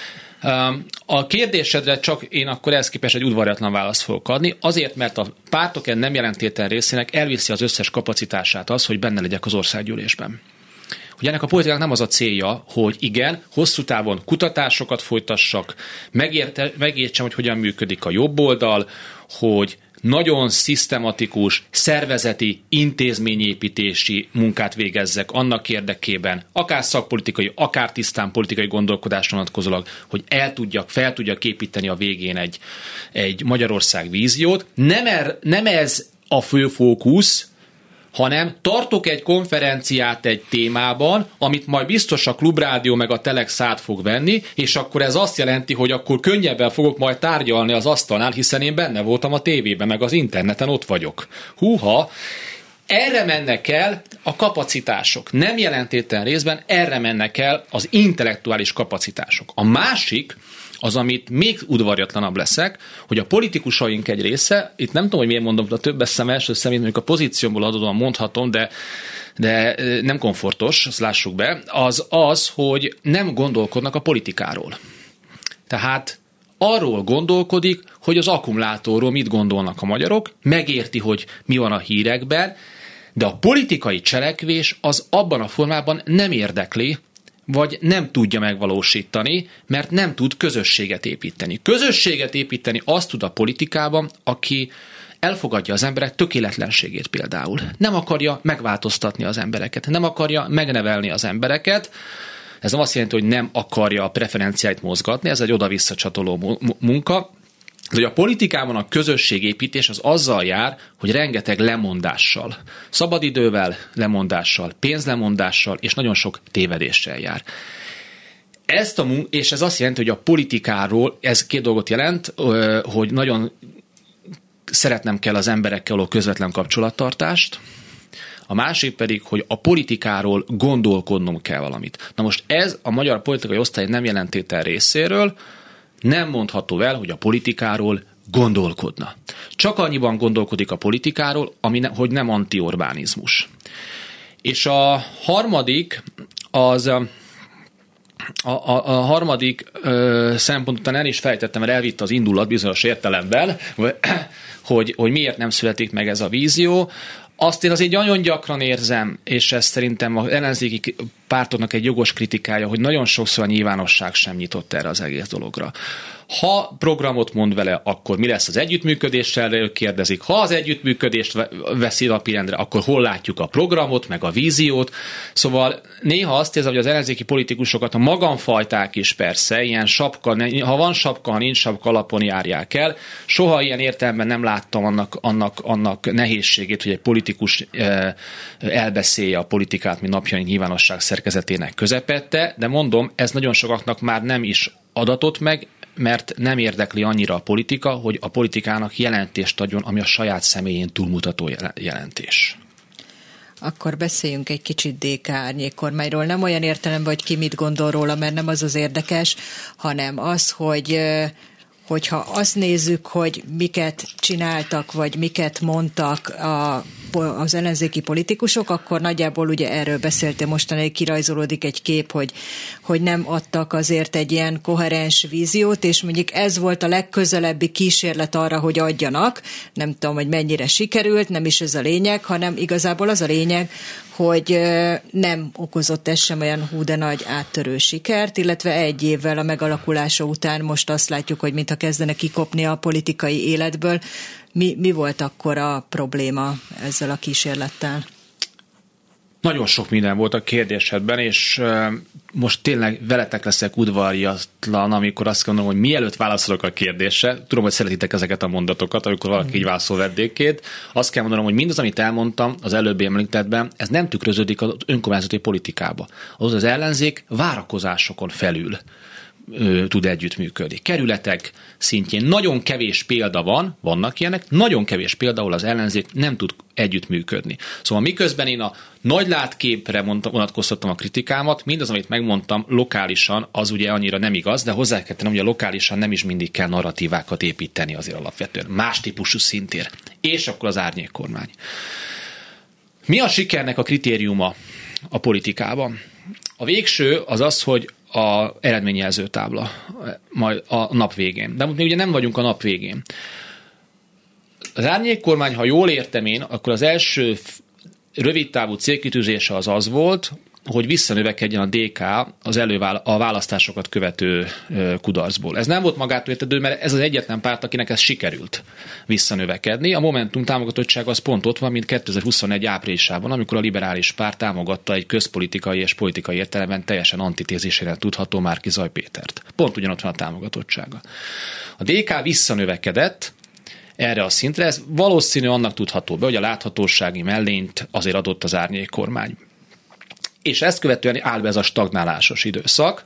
A kérdésedre csak én akkor ehhez képest egy udvariatlan választ fogok adni, azért, mert a pártok nem jelentétlen részének elviszi az összes kapacitását az, hogy benne legyek az országgyűlésben. Hogy ennek a politikának nem az a célja, hogy igen, hosszú távon kutatásokat folytassak, megértsem, hogy hogyan működik a jobb oldal, hogy nagyon szisztematikus, szervezeti, intézményépítési munkát végezzek annak érdekében, akár szakpolitikai, akár tisztán politikai gondolkodásra vonatkozólag, hogy fel tudjak építeni a végén egy Magyarország víziót. Nem ez a fő fókusz, hanem tartok egy konferenciát egy témában, amit majd biztos a Klubrádió meg a Telex át fog venni, és akkor ez azt jelenti, hogy akkor könnyebben fogok majd tárgyalni az asztalnál, hiszen én benne voltam a tévében, meg az interneten ott vagyok. Húha! erre mennek el a kapacitások. Nem jelentéktelen részben erre mennek el az intellektuális kapacitások. A másik, az, amit még udvarjatlanabb leszek, hogy a politikusaink egy része, itt nem tudom, hogy miért mondom, de a többes szem első szemét, mondjuk a pozíciómból adódóan mondhatom, de nem komfortos, azt lássuk be, az, hogy nem gondolkodnak a politikáról. Tehát arról gondolkodik, hogy az akkumulátorról mit gondolnak a magyarok, megérti, hogy mi van a hírekben, de a politikai cselekvés az abban a formában nem érdekli, vagy nem tudja megvalósítani, mert nem tud közösséget építeni. Közösséget építeni azt tud a politikában, aki elfogadja az emberek tökéletlenségét például. Nem akarja megváltoztatni az embereket, nem akarja megnevelni az embereket. Ez nem azt jelenti, hogy nem akarja a preferenciáit mozgatni, ez egy oda-vissza csatoló munka. De a politikában a közösségépítés az azzal jár, hogy rengeteg lemondással, szabadidővel lemondással, pénzlemondással és nagyon sok tévedéssel jár. És ez azt jelenti, hogy a politikáról, ez két dolgot jelent, hogy nagyon szeretnem kell az emberekkel való közvetlen kapcsolattartást, a másik pedig, hogy a politikáról gondolkodnom kell valamit. Na most ez a magyar politikai osztály nem jelentétel részéről nem mondható el, hogy a politikáról gondolkodna. Csak annyiban gondolkodik a politikáról, hogy nem anti-orbánizmus. És a harmadik, a harmadik szempont után el is fejtettem, mert elvitte az indulat bizonyos értelemben, hogy miért nem születik meg ez a vízió. Azt én azért nagyon gyakran érzem, és ez szerintem az ellenzéki pártoknak egy jogos kritikája, hogy nagyon sokszor a nyilvánosság sem nyitott erre az egész dologra. Ha programot mond vele, akkor mi lesz az együttműködéssel, kérdezik. Ha az együttműködést veszi napirendre, akkor hol látjuk a programot, meg a víziót. Szóval néha azt érzem, hogy az ellenzéki politikusokat a magamfajták is persze, ilyen sapka, ha van sapka, ha nincs sapka alapon járják el. Soha ilyen értelemben nem láttam annak nehézségét, hogy egy politikus elbeszélje a politikát, mint napjaink nyilvánosság szerkezetének közepette, de mondom, ez nagyon sokaknak már nem is adatott meg, mert nem érdekli annyira a politika, hogy a politikának jelentést adjon, ami a saját személyén túlmutató jelentés. Akkor beszéljünk egy kicsit DK árnyékkormányról. Nem olyan értelemben, hogy ki mit gondol róla, mert nem az érdekes, hanem az, hogyha azt nézzük, hogy miket csináltak, vagy miket mondtak az ellenzéki politikusok, akkor nagyjából ugye erről beszéltél mostanáig, kirajzolódik egy kép, hogy nem adtak azért egy ilyen koherens víziót, és mondjuk ez volt a legközelebbi kísérlet arra, hogy adjanak. Nem tudom, hogy mennyire sikerült, nem is ez a lényeg, hanem igazából az a lényeg, hogy nem okozott ez sem olyan hú de nagy áttörő sikert, illetve egy évvel a megalakulása után most azt látjuk, hogy mintha kezdenek kikopni a politikai életből. Mi volt akkor a probléma ezzel a kísérlettel? Nagyon sok minden volt a kérdésedben, és most tényleg veletek leszek udvariatlan, amikor azt gondolom, hogy mielőtt válaszolok a kérdésre, tudom, hogy szeretitek ezeket a mondatokat, amikor valaki így válaszol vendégként, azt kell mondanom, hogy mindaz, amit elmondtam az előbbi említettben, ez nem tükröződik az önkormányzati politikába. Az ellenzék várakozásokon felül tud együttműködni. Kerületek szintjén nagyon kevés példa vannak ilyenek, nagyon kevés példa, ahol az ellenzék nem tud együttműködni. Szóval miközben én a nagy látképre vonatkoztattam a kritikámat, mindaz, amit megmondtam lokálisan, az ugye annyira nem igaz, de hozzá kell tennem, hogy a lokálisan nem is mindig kell narratívákat építeni azért alapvetően. Más típusú szintér. És akkor az árnyékkormány. Mi a sikernek a kritériuma a politikában? A végső az az, hogy a eredményjelző tábla majd a nap végén. De mi ugye nem vagyunk a nap végén. Az árnyékkormány, ha jól értem én, akkor az első rövidtávú célkitűzése az volt, hogy visszanövekedjen a DK a választásokat követő kudarcból. Ez nem volt magától értetődő, mert ez az egyetlen párt, akinek ez sikerült visszanövekedni. A Momentum támogatottsága az pont ott van, mint 2021 áprilisában, amikor a liberális párt támogatta egy közpolitikai és politikai értelemben teljesen antitézisére tudható Márki-Zay Pétert. Pont ugyanott van a támogatottsága. A DK visszanövekedett erre a szintre, ez valószínű annak tudható be, hogy a láthatósági mellényt azért adott az árnyékkormány. És ezt követően áll be ez a stagnálásos időszak,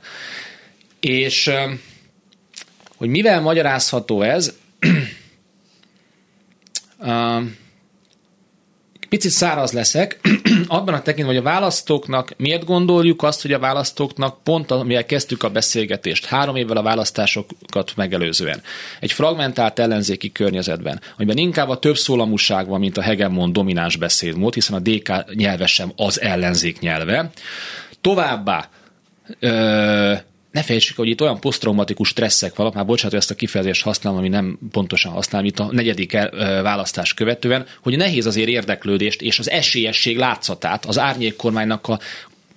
és hogy mivel magyarázható ez, picit száraz leszek, abban a tekintben, hogy a választóknak miért gondoljuk azt, hogy a választóknak pont amivel kezdtük a beszélgetést, 3 évvel a választásokat megelőzően, egy fragmentált ellenzéki környezetben, amiben inkább a többszólamúság van, mint a hegemon domináns beszédmód, hiszen a DK nyelve sem az ellenzék nyelve. Továbbá ne felejtsük, hogy itt olyan posztraumatikus stresszek vannak, már bocsánat, hogy ezt a kifejezést használom, ami nem pontosan használom itt a 4. választás követően, hogy nehéz azért érdeklődést és az esélyesség látszatát, az árnyékkormánynak a,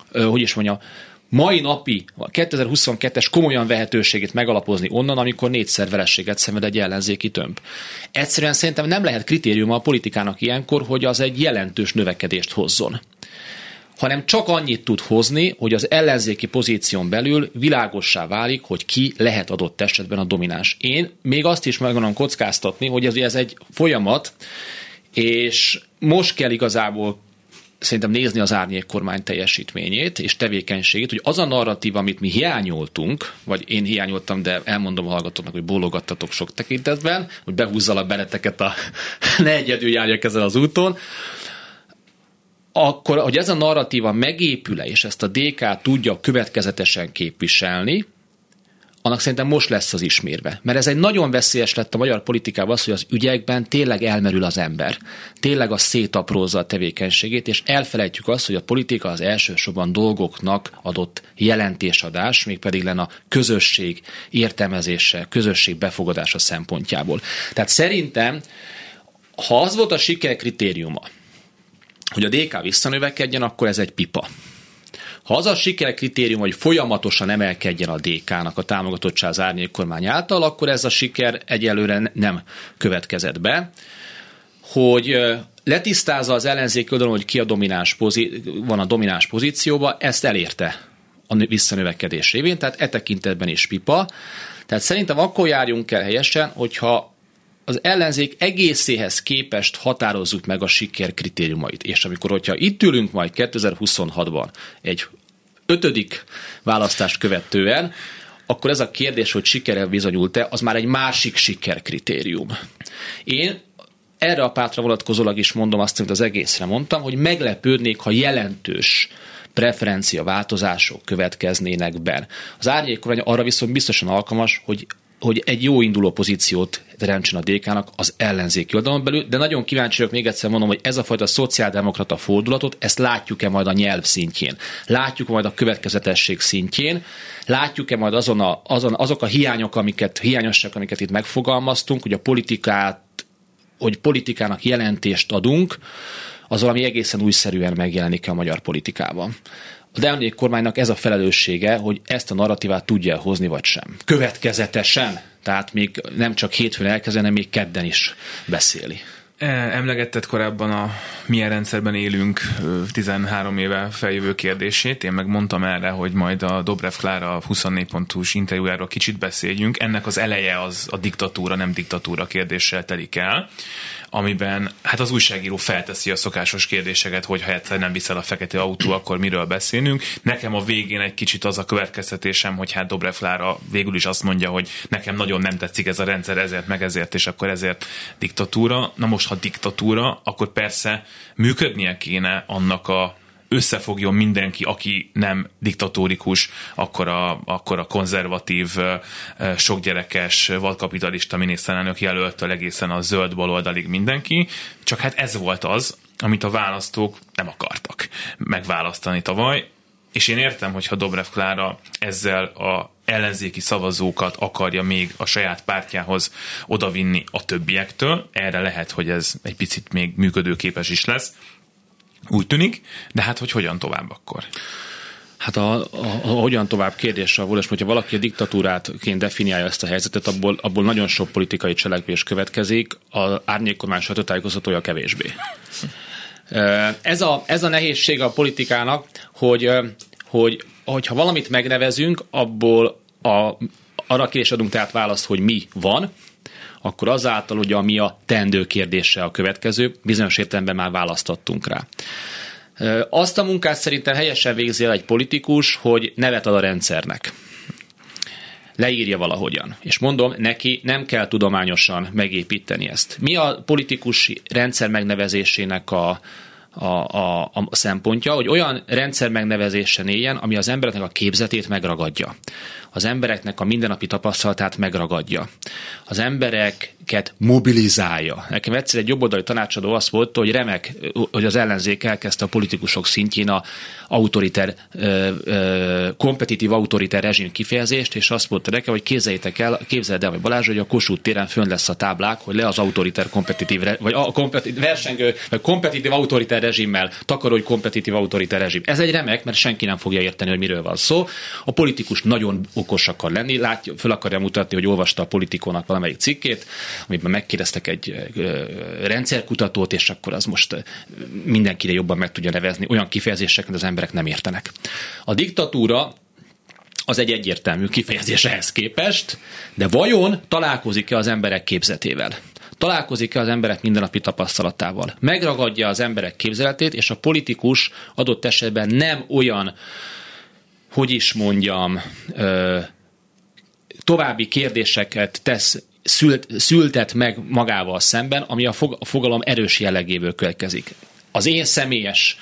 mai napi, a 2022-es komolyan vehetőségét megalapozni onnan, amikor 4-szer vereséget szenved egy ellenzéki tömb. Egyszerűen szerintem nem lehet kritériuma a politikának ilyenkor, hogy az egy jelentős növekedést hozzon, hanem csak annyit tud hozni, hogy az ellenzéki pozíción belül világossá válik, hogy ki lehet adott esetben a domináns. Én még azt is meg akarom kockáztatni, hogy ez egy folyamat, és most kell igazából szerintem nézni az árnyékkormány teljesítményét és tevékenységét, hogy az a narratív, amit mi hiányoltunk, vagy én hiányoltam, de elmondom a hallgatóknak, hogy bólogattatok sok tekintetben, hogy behúzzalak benneteket ne egyedül járjak ezen az úton, akkor, hogy ez a narratíva megépül-e, és ezt a DK tudja következetesen képviselni, annak szerintem most lesz az ismérve. Mert ez egy nagyon veszélyes lett a magyar politikában az, hogy az ügyekben tényleg elmerül az ember. Tényleg az szétaprózza a tevékenységét, és elfelejtjük azt, hogy a politika az elsősorban dolgoknak adott jelentésadás, mégpedig lenne a közösség értelmezése, közösség befogadása szempontjából. Tehát szerintem, ha az volt a siker kritériuma, hogy a DK visszanövekedjen, akkor ez egy pipa. Ha az a siker kritérium, hogy folyamatosan emelkedjen a DK-nak a támogatottság az árnyékkormány által, akkor ez a siker egyelőre nem következett be. Hogy letisztázza az ellenzék oldalon, hogy ki a van a domináns pozícióban, ezt elérte a visszanövekedés révén, tehát e tekintetben is pipa. Tehát szerintem akkor járjunk el helyesen, hogyha az ellenzék egészéhez képest határozzuk meg a siker kritériumait. És hogyha itt ülünk majd 2026-ban egy 5. választást követően, akkor ez a kérdés, hogy sikerrel bizonyult-e, az már egy másik sikerkritérium. Én erre a pártra vonatkozólag is mondom azt, amit az egészre mondtam, hogy meglepődnék, ha jelentős preferencia változások következnének be. Az árnyékkormány arra viszont biztosan alkalmas, hogy egy jó induló pozíciót teremtsen a DK-nak az ellenzéki oldalon belül, de nagyon kíváncsi vagyok, még egyszer mondom, hogy ez a fajta szociáldemokrata fordulatot, ezt látjuk-e majd a nyelv szintjén, látjuk majd a következetesség szintjén, látjuk-e majd azok a hiányosságok, amiket itt megfogalmaztunk, hogy politikának jelentést adunk, az valami egészen újszerűen megjelenik a magyar politikában. A ellenzékkormánynak ez a felelőssége, hogy ezt a narratívát tudja hozni, vagy sem. Következetesen, tehát még nem csak hétfőn elkezdeni, hanem még kedden is beszéli. Emlegetted korábban a milyen rendszerben élünk 13 éve feljövő kérdését. Én meg mondtam erre, hogy majd a Dobrev Klára 24.hu-s interjújáról kicsit beszéljünk. Ennek az eleje az a diktatúra, nem diktatúra kérdéssel telik el, amiben hát az újságíró felteszi a szokásos kérdéseket, hogy ha egyszer nem viszel a fekete autó, akkor miről beszélünk. Nekem a végén egy kicsit az a következtetésem, hogy hát Dobrev Klára végül is azt mondja, hogy nekem nagyon nem tetszik ez a rendszer, ezért meg ezért, és akkor ezért diktatúra. Na most, ha diktatúra, akkor persze működnie kéne annak összefogjon mindenki, aki nem diktatórikus, akkor a konzervatív, sokgyerekes, vadkapitalista miniszterelnök jelöltől egészen a zöld baloldalig mindenki, csak hát ez volt az, amit a választók nem akartak megválasztani tavaly, és én értem, hogyha Dobrev Klára ezzel a ellenzéki szavazókat akarja még a saját pártjához odavinni a többiektől, erre lehet, hogy ez egy picit még működőképes is lesz, úgy tűnik, de hát hogy hogyan tovább akkor? Hát a hogyan tovább kérdéssel volt, és hogyha valaki a diktatúrátként definiálja ezt a helyzetet, abból nagyon sok politikai cselekvés következik, az árnyékkormány sajtótájékoztatója kevésbé. Ez a nehézség a politikának, hogyha valamit megnevezünk, abból arra kérdésre adunk tehát választ, hogy mi van, akkor azáltal, hogy ami a teendő kérdése a következő, bizonyos értelemben már választottunk rá. Azt a munkát szerintem helyesen végzi el egy politikus, hogy nevet ad a rendszernek. Leírja valahogyan. És mondom, neki nem kell tudományosan megépíteni ezt. Mi a politikus rendszer megnevezésének a szempontja, hogy olyan rendszer megnevezésen éljen, ami az embereknek a képzetét megragadja. Az embereknek a mindennapi tapasztalatát megragadja. Az embereket mobilizálja. Nekem egyszer egy jobboldali tanácsadó azt volt, hogy remek, hogy az ellenzék elkezdte a politikusok szintjén a autoriter, kompetitív autoriter rezsim kifejezést, és azt mondta nekem, hogy képzeld el, vagy Balázs, hogy a Kossuth téren fönn lesz a táblák, hogy le az autoriter kompetitív, vagy a versengő, vagy kompetitív autoriter rezsimmel, takarodj kompetitív autoriter rezsim. Ez egy remek, mert senki nem fogja érteni, hogy miről van szó. A politikus nagyon okos akar lenni, föl akarja mutatni, hogy olvasta a Politikónak valamelyik cikkét, amiben megkérdeztek egy rendszerkutatót, és akkor az most mindenkire jobban meg tudja nevezni olyan kifejezéseket, az emberek nem értenek. A diktatúra az egy egyértelmű kifejezés ehhez képest, de vajon találkozik-e az emberek képzetével? Találkozik-e az emberek mindennapi tapasztalatával? Megragadja az emberek képzeletét, és a politikus adott esetben nem olyan, hogy is mondjam, további kérdéseket szültet meg magával szemben, ami a fogalom erős jellegéből következik. Az én személyes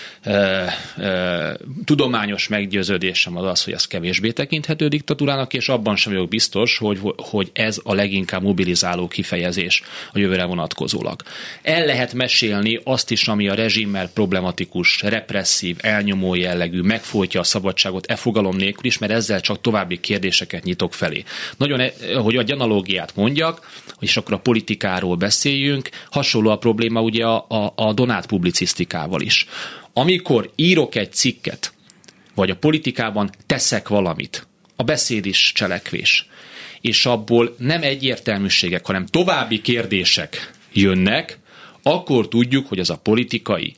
tudományos meggyőződésem az, hogy ez kevésbé tekinthető diktatúrának, és abban sem vagyok biztos, hogy ez a leginkább mobilizáló kifejezés a jövőre vonatkozólag. El lehet mesélni azt is, ami a rezsimmel problematikus, represszív, elnyomó jellegű, megfojtja a szabadságot fogalom nélkül is, mert ezzel csak további kérdéseket nyitok felé. Nagyon, hogy a analógiát mondjak, és akkor a politikáról beszéljünk, hasonló a probléma ugye a Donát publicisztikával is. Amikor írok egy cikket, vagy a politikában teszek valamit, a beszéd is cselekvés, és abból nem egyértelműségek, hanem további kérdések jönnek, akkor tudjuk, hogy az a politikai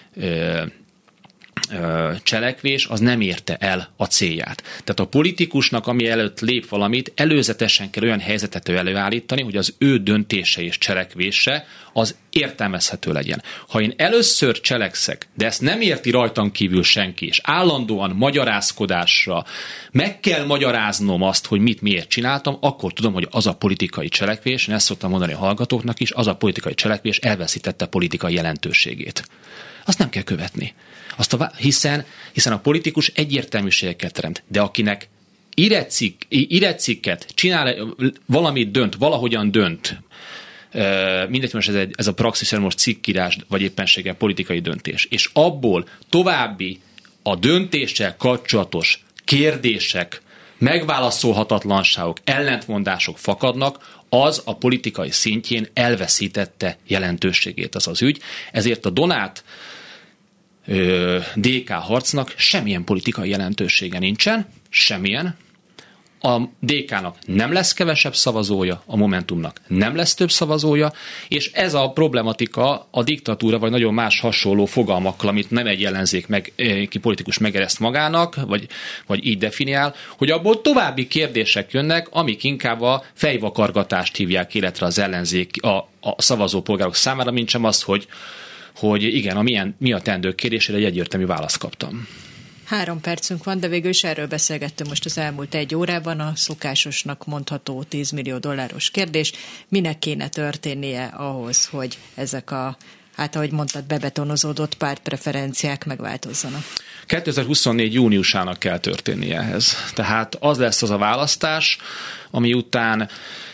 cselekvés az nem érte el a célját. Tehát a politikusnak, ami előtt lép valamit, előzetesen kell olyan helyzetet előállítani, hogy az ő döntése és cselekvése az értelmezhető legyen. Ha én először cselekszek, de ezt nem érti rajtam kívül senki, és állandóan magyarázkodásra meg kell magyaráznom azt, hogy mit miért csináltam, akkor tudom, hogy az a politikai cselekvés, én ezt szoktam mondani a hallgatóknak is, az a politikai cselekvés elveszítette politikai jelentőségét. Azt nem kell követni. Hiszen a politikus egyértelműségeket teremt, de akinek írecikket csinál, valamit dönt, valahogyan dönt, mindegy, most ez a praxis, most cikkírás, vagy éppenséggel politikai döntés, és abból további a döntéssel kapcsolatos kérdések, megválaszolhatatlanságok, ellentmondások fakadnak, az a politikai szintjén elveszítette jelentőségét az ügy. Ezért a Donát DK harcnak semmilyen politikai jelentősége nincsen, semmilyen. A DK-nak nem lesz kevesebb szavazója, a Momentumnak nem lesz több szavazója, és ez a problematika a diktatúra, vagy nagyon más hasonló fogalmakkal, amit nem egy ellenzék ki politikus megereszt magának, vagy így definiál, hogy abból további kérdések jönnek, amik inkább a fejvakargatást hívják életre az ellenzék a szavazópolgárok számára, mint sem az, hogy igen, mi a teendő kérdésére egy egyértelmű választ kaptam. 3 percünk van, de végül is erről beszélgettünk most az elmúlt 1 órában, a szokásosnak mondható $10 millió kérdés. Minek kéne történnie ahhoz, hogy ezek ahogy mondtad, bebetonozódott pártpreferenciák megváltozzanak? 2024. júniusának kell történnie ehhez. Tehát az lesz az a választás, ami után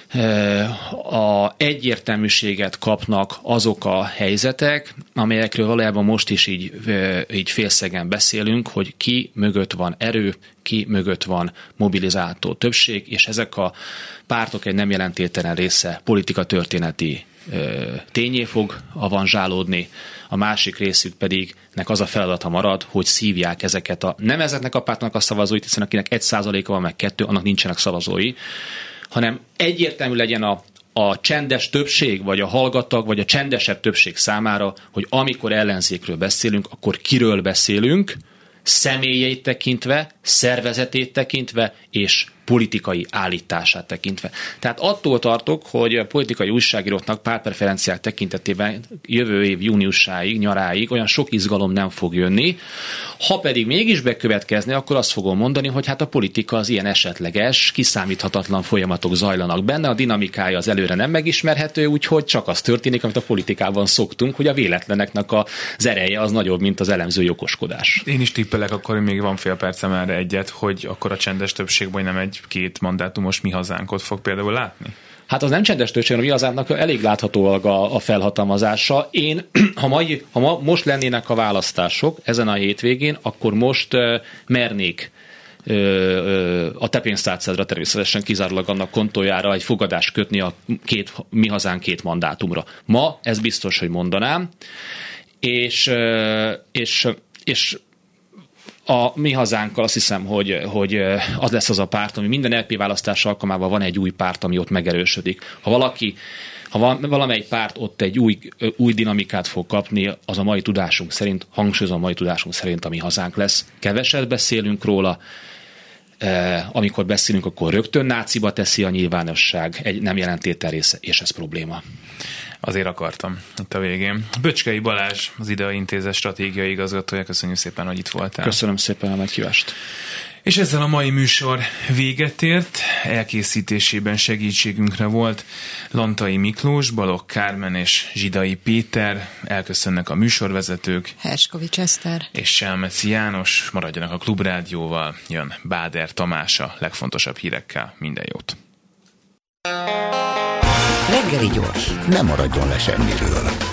a egyértelműséget kapnak azok a helyzetek, amelyekről valójában most is így félszegen beszélünk, hogy ki mögött van erő, ki mögött van mobilizáltó többség, és ezek a pártok egy nem jelentéktelen része politika történeti tényé fog avanzsálódni, a másik részük pedig nek az a feladata marad, hogy szívják ezeket nem ezeknek a pártnak a szavazóit, hiszen akinek 1%-a van, meg 2, annak nincsenek szavazói, hanem egyértelmű legyen a csendes többség, vagy a hallgatag, vagy a csendesebb többség számára, hogy amikor ellenzékről beszélünk, akkor kiről beszélünk, személyeit tekintve, szervezetét tekintve, és politikai állítását tekintve. Tehát attól tartok, hogy a politikai újságíróknak pártpreferenciák tekintetében jövő év júniusáig, nyaráig olyan sok izgalom nem fog jönni. Ha pedig mégis bekövetkezne, akkor azt fogom mondani, hogy hát a politika az ilyen esetleges, kiszámíthatatlan folyamatok zajlanak benne, a dinamikája az előre nem megismerhető, úgyhogy csak az történik, amit a politikában szoktunk, hogy a véletleneknek az ereje az nagyobb, mint az elemzői okoskodás. Én is tippelek, akkor még van fél percem erre egyet, hogy akkor a csendes többségben nem egy-két mandátumos Mi Hazánkot fog például látni? Hát az nem csendes többség, a Mi Hazánknak elég láthatóak a felhatalmazása. Ha most lennének a választások ezen a hétvégén, akkor most mernék a te pénztárcádra természetesen kizárólag annak kontójára egy fogadást kötni a Mi Hazánk 2 mandátumra. Ma ez biztos, hogy mondanám, és a Mi Hazánkkal azt hiszem, hogy az lesz az a párt, ami minden LP választás alkalmával van egy új párt, ami ott megerősödik. Ha valamelyik párt ott egy új dinamikát fog kapni, az a mai tudásunk szerint, hangsúlyozom, a mai tudásunk szerint a Mi Hazánk lesz. Keveset beszélünk róla, amikor beszélünk, akkor rögtön náciba teszi a nyilvánosság, egy nem jelentétel része, és ez probléma. Azért akartam itt a végén. Böcskei Balázs, az IDEA Intézet stratégiai igazgatója, köszönjük szépen, hogy itt voltál. Köszönöm szépen a meghívást. És ezzel a mai műsor véget ért, elkészítésében segítségünkre volt Lantai Miklós, Balogh Kármen és Zsidai Péter, elköszönnek a műsorvezetők. Herskovics Eszter. És Selmeci János, maradjanak a Klubrádióval, jön Báder Tamás a legfontosabb hírekkel, minden jót. Reggeli gyors, nem maradjon le semmiről.